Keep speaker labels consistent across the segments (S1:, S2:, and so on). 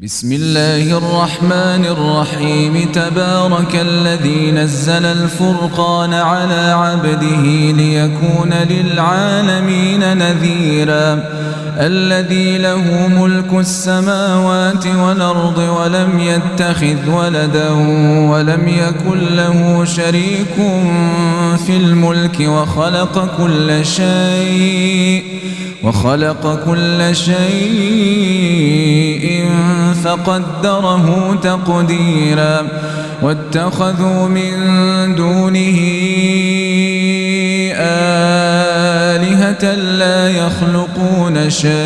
S1: بسم الله الرحمن الرحيم. تبارك الذي نزل الفرقان على عبده ليكون للعالمين نذيرا. الذي له ملك السماوات والأرض ولم يتخذ ولدا ولم يكن له شريك في الملك وخلق كل شيء فقدره تقديرا. واتخذوا من دونه آلهة لا يخلقون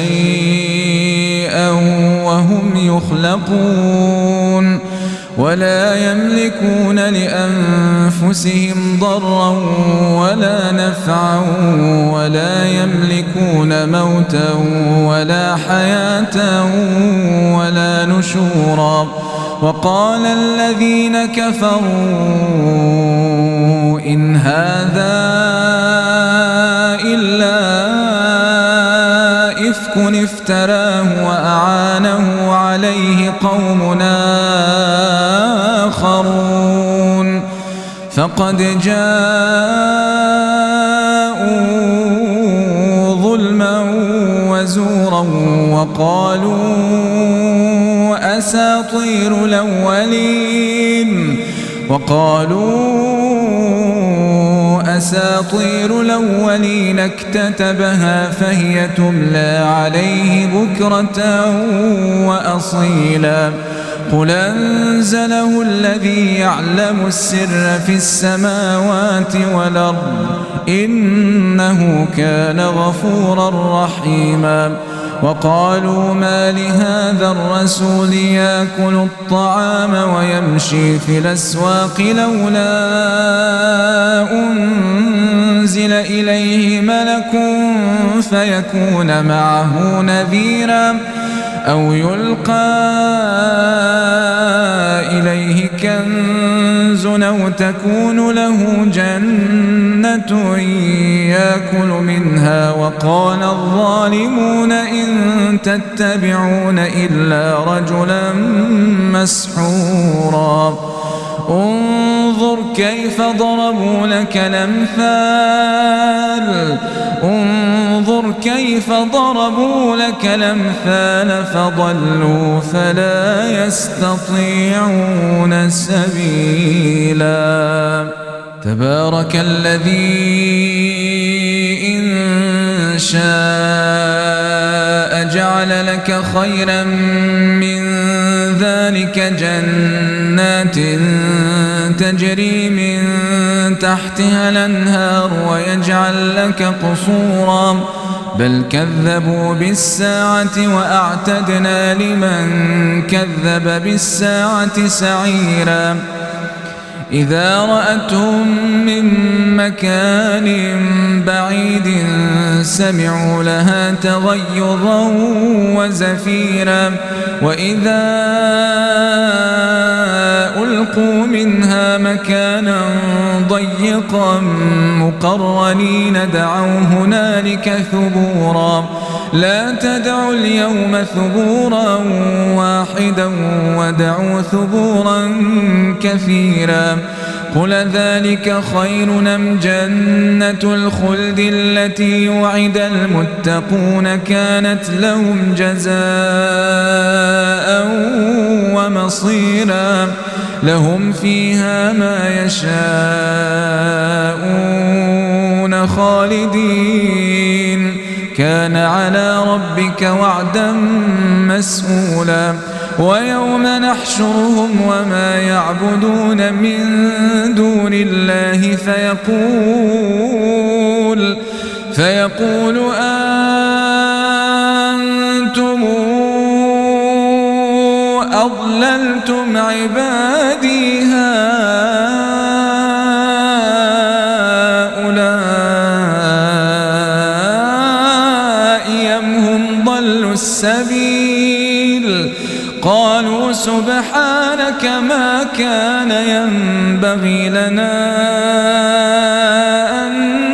S1: شيئا وهم يخلقون ولا يملكون لأنفسهم ضرا ولا نفعا ولا يملكون موتا ولا حياة ولا نشورا. وقال الذين كفروا إن هذا إلا إفك افتراه وأعانه عليه قوم آخرون فقد جاءوا ظلما وزورا وقالوا أساطير الأولين اكتتبها فهي تملى عليه بكرة وأصيلا. قل أنزله الذي يعلم السر في السماوات والأرض إنه كان غفورا رحيما. وقالوا ما لهذا الرسول يأكل الطعام ويمشي في الأسواق لولا أنزل إليه ملك فيكون معه نذيرا أو يلقى إليه كنز أو تكون له جنة يأكل منها. وقال الظالمون إن تتبعون إلا رجلا مسحورا. انظر كيف ضربوا لك الأمثال فضلوا فلا يستطيعون سبيلا. تبارك الذي إن شاء جعل لك خيرا من ذلك جنات تجري من تحتها الأنهار ويجعل لك قصورا بل كذبوا بالساعة وأعتدنا لمن كذب بالساعة سعيرا. إذا رأتهم من مكان بعيد سمعوا لها تغيظا وزفيرا وإذا ألقوا منها مكانا ضيقا مقرنين دعوا هنالك ثبورا. لا تدعوا اليوم ثبورا واحدا ودعوا ثبورا كثيرا. قل ذلك خير أم جنة الخلد التي وعد المتقون كانت لهم جزاء ومصيرا. لهم فيها ما يشاءون خالدين كان على ربك وعدا مسئولا. ويوم نحشرهم وما يعبدون من دون الله فيقول أنتم أضللتم عبادي هؤلاء أم هم ضلوا السبيل. قالوا سبحانك ما كان ينبغي لنا أن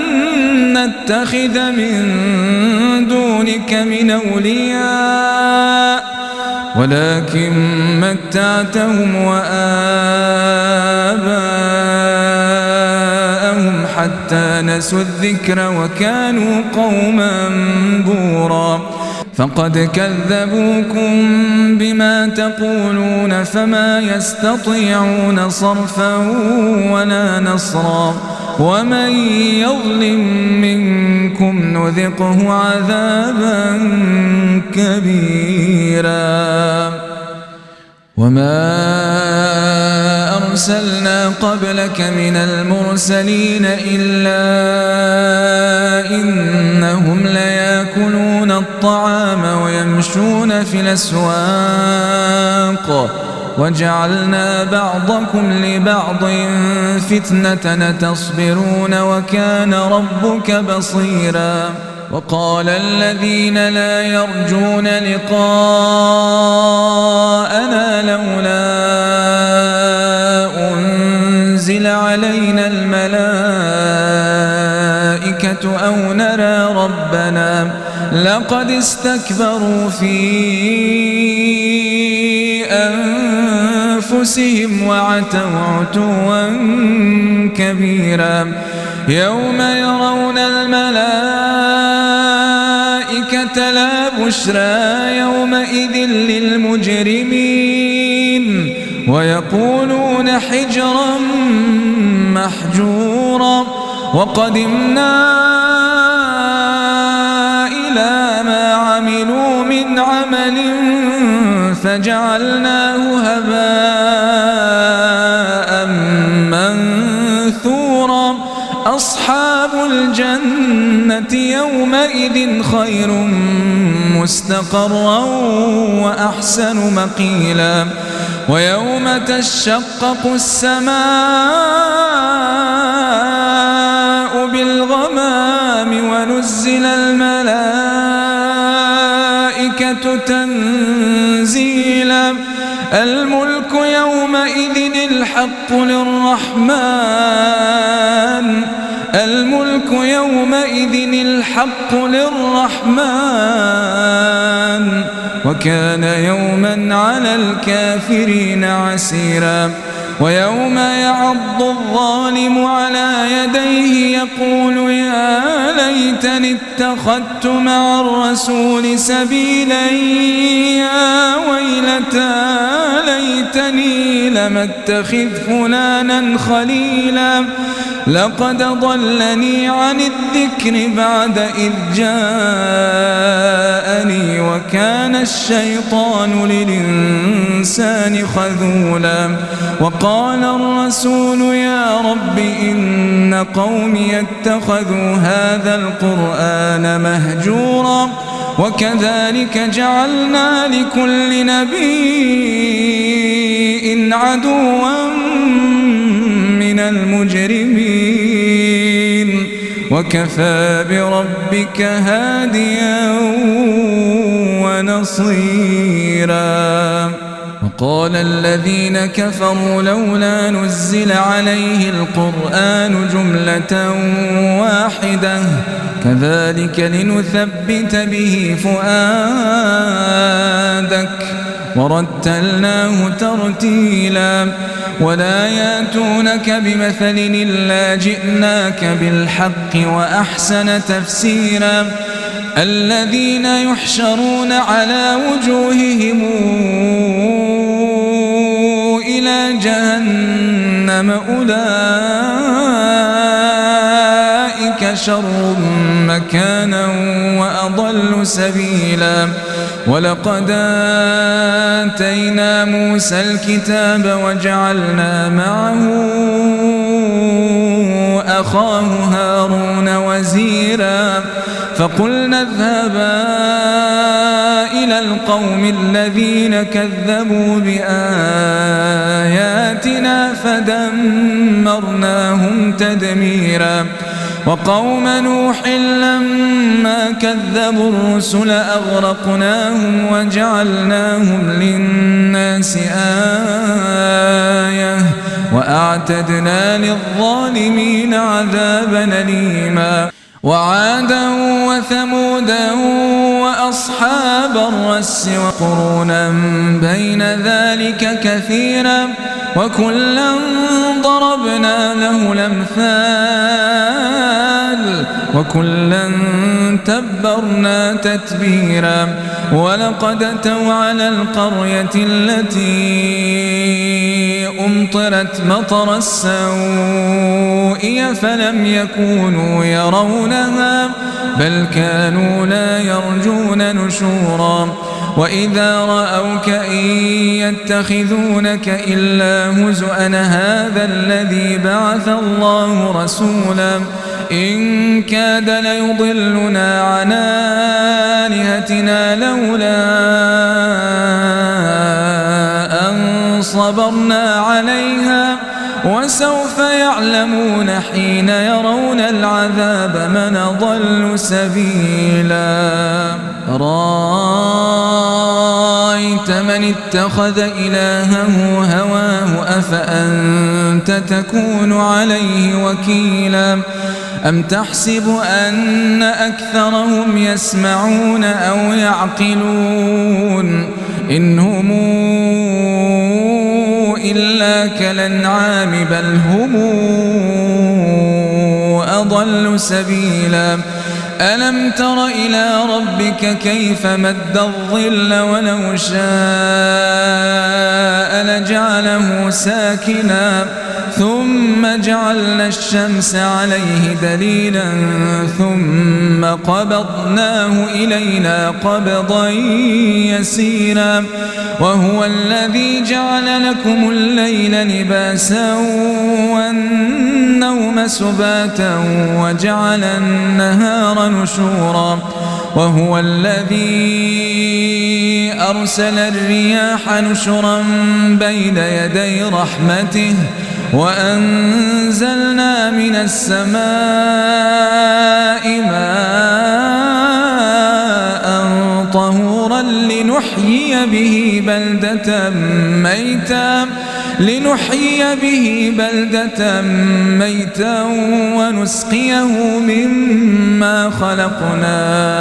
S1: نتخذ من دونك من أولياء ولكن متعتهم وآباءهم حتى نسوا الذكر وكانوا قوما بورا فقد كذبوكم بما تقولون فما يستطيعون صرفا ولا نصرا ومن يظلم منكم نذقه عذابا كبيرا وما أرسلنا قبلك من المرسلين إلا إنهم ليأكلون الطعام ويمشون في الأسواق وجعلنا بعضكم لبعض فتنة تصبرون وكان ربك بصيرا وقال الذين لا يرجون لقاءنا لولا أنزل علينا الملائكة أو نرى ربنا لقد استكبروا في أنفسهم وعتوا عتوا كبيرا يوم يرون الملائكة لا بشرى يومئذ للمجرمين ويقولون حجرا محجورا وقدمنا إلى ما عملوا من عمل فجعلناه هباء منثورا أصحاب الجنة يومئذ خير مستقرا وأحسن مقيلا ويوم تشقق السماء بالغمام ونزل الملائكة تنزيلا الملك يومئذ الحق للرحمن الملك يومئذ الحق للرحمن وكان يوما على الكافرين عسيرا ويوم يعض الظالم على يديه يقول يا ليتني اتخذت مع الرسول سبيلا يا ويلتى ليتني لم اتخذ فلانا خليلا لقد ضلني عن الذكر بعد إذ جاءني وكان الشيطان للإنسان خذولا وقال الرسول يا رب إن قومي اتخذوا هذا القرآن مهجورا وكذلك جعلنا لكل نبي عدوا من المجرمين وكفى بربك هاديا ونصيرا وقال الذين كفروا لولا نزل عليه القرآن جملة واحدة كذلك لنثبت به فؤادك ورتلناه ترتيلا ولا ياتونك بمثل إلا جئناك بالحق وأحسن تفسيرا الذين يحشرون على وجوههم إلى جهنم أولئك شر مكانا وأضل سبيلا ولقد آتينا موسى الكتاب وجعلنا معه أخاه هارون وزيرا فقلنا اذهبا إلى القوم الذين كذبوا بآياتنا فدمرناهم تدميرا وقوم نوح لما كذبوا الرسل أغرقناهم وجعلناهم للناس آية وأعتدنا للظالمين عذابا أليما وعادا وثمودا وأصحاب الرس وقرونا بين ذلك كثيرا وكلا ضربنا له الأمثال وكلا تبرنا تتبيرا ولقد أتوا على القرية التي أمطرت مطر السوء فلم يكونوا يرونها بل كانوا لا يرجون نشورا وإذا رأوك إن يتخذونك إلا هزؤا هذا الذي بعث الله رسولا إن كاد ليضلنا عن آلهتنا لولا أن صبرنا عليها وسوف يعلمون حين يرون العذاب من أضل سبيلا رأيت من اتخذ إلهه هواه أفأنت تكون عليه وكيلا أم تحسب أن أكثرهم يسمعون أو يعقلون إن هم إلا كالأنعام بل هم أضل سبيلا ألم تر إلى ربك كيف مد الظل ولو شاء لجعله ساكنا ثم جعلنا الشمس عليه دليلا ثم قبضناه إلينا قبضا يسيرا وهو الذي جعل لكم الليل لباسا والنوم سباتا وجعل النهار نشورا وهو الذي أرسل الرياح نشرا بين يدي رحمته وأنزلنا من السماء ماء طهورا لنحيي به بلدة ميتا ونسقيه مما خلقنا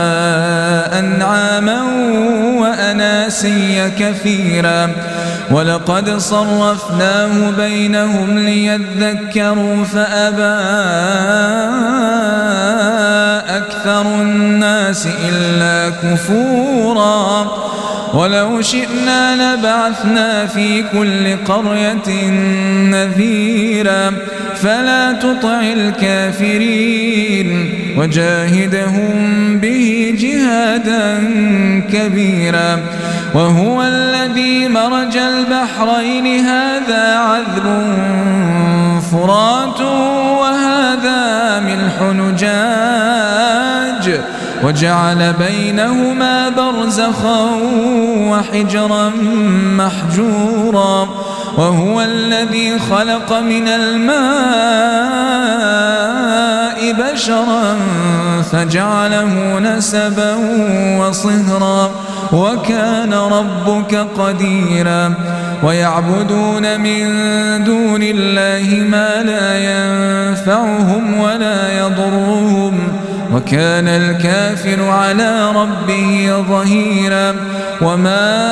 S1: أنعاما وأناسيا كثيرا ولقد صرفناه بينهم ليذكروا فأبى أكثر الناس إلا كفورا ولو شئنا لبعثنا في كل قرية نذيرا فلا تطع الكافرين وجاهدهم به جهادا كبيرا وهو الذي مرج البحرين هذا عذب فرات وهذا ملح نجاج وجعل بينهما برزخا وحجرا محجورا وهو الذي خلق من الماء بشرا فجعله نسبا وصهرا وكان ربك قديرا ويعبدون من دون الله ما لا ينفعهم ولا يضرهم وكان الكافر على ربه ظهيرا وما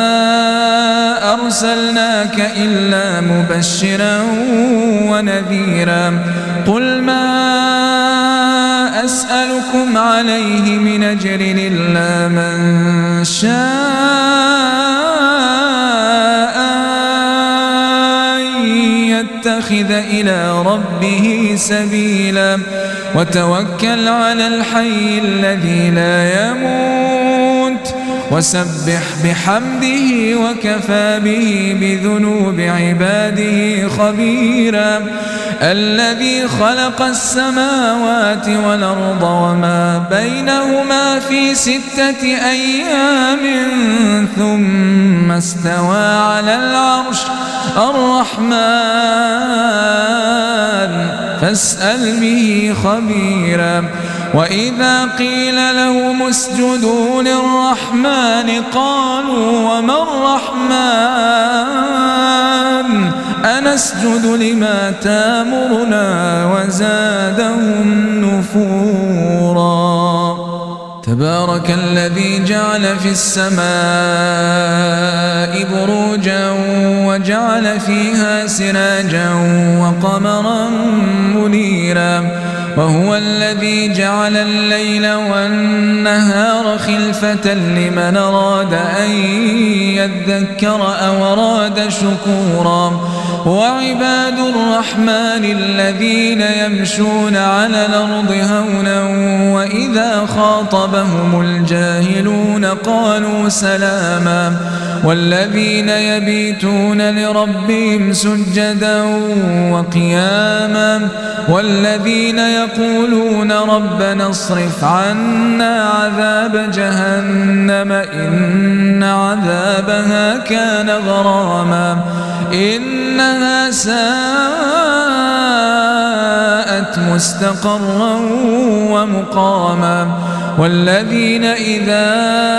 S1: أرسلناك إلا مبشرا ونذيرا قل ما أسألكم عليه من أجر إلا من شاء أن يتخذ إلى ربه سبيلا وتوكل على الحي الذي لا يموت وسبح بحمده وكفى به بذنوب عباده خبيرا الذي خلق السماوات والأرض وما بينهما في 6 أيام ثم استوى على العرش الرحمن فاسأل به خبيرا وإذا قيل لهم اسجدوا للرحمن قالوا وما الرحمن أنسجد لما تامرنا وزادهم نفورا تبارك الذي جعل في السماء بروجا وجعل فيها سراجا وقمرا منيرا وهو الذي جعل الليل والنهار خلفة لمن أراد أن يذكر أو أراد شكورا وعباد الرحمن الذين يمشون على الأرض هونا وإذا خاطبهم الجاهلون قالوا سلاما والذين يبيتون لربهم سجدا وقياما والذين يقولون ربنا اصرف عنا عذاب جهنم إن عذابها كان غراما إنها ساءت مستقرا ومقاما والذين إذا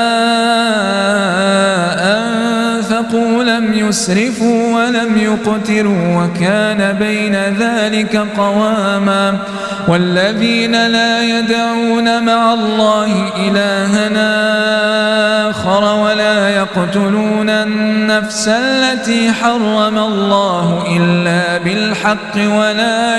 S1: أنفقوا لم يسرفوا ولم يقتروا وكان بين ذلك قواما والذين لا يدعون مع الله إلهنا آخر ولا يقتلون النفس التي حرم الله إلا بالحق ولا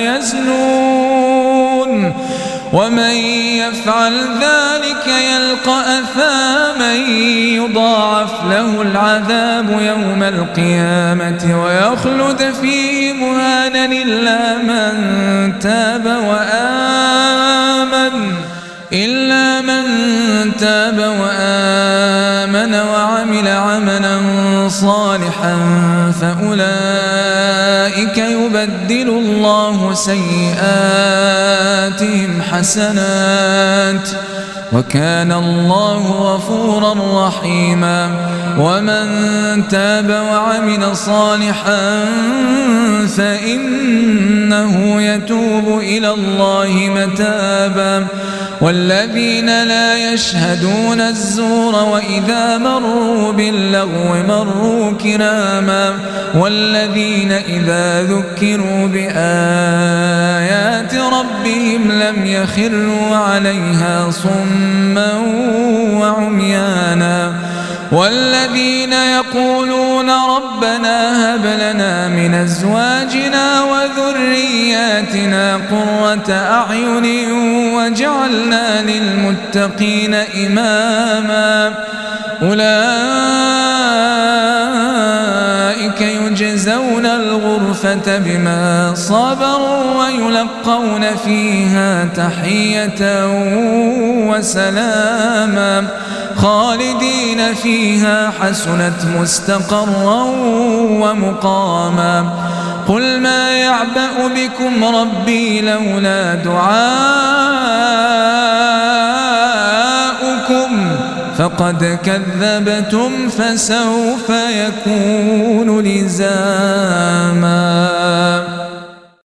S1: يزنون ومن يفعل ذلك يلقى أثاما يضاعف له العذاب يوم القيامة ويخلد فيه مهانا إلا من تاب وآمن وعمل عملا صالحا فأولئك يبدل الله سيئاتهم حسنات وكان الله غفورا رحيما ومن تاب وعمل صالحا فإنه يتوب إلى الله متابا والذين لا يشهدون الزور وإذا مروا باللغو مروا كراما والذين إذا ذكروا بآيات ربهم لم يخروا عليها صما وعميانا والذين يقولون ربنا هب لنا من أزواجنا وذرياتنا قرة أعين وجعلنا للمتقين إماما أولئك يجزون الغرفة بما صبروا ويلقون فيها تحية وسلاما خالدين فيها حسنت مستقرا ومقاما قل ما يعبأ بكم ربي لولا دعاؤكم فقد كذبتم فسوف يكون لزاما.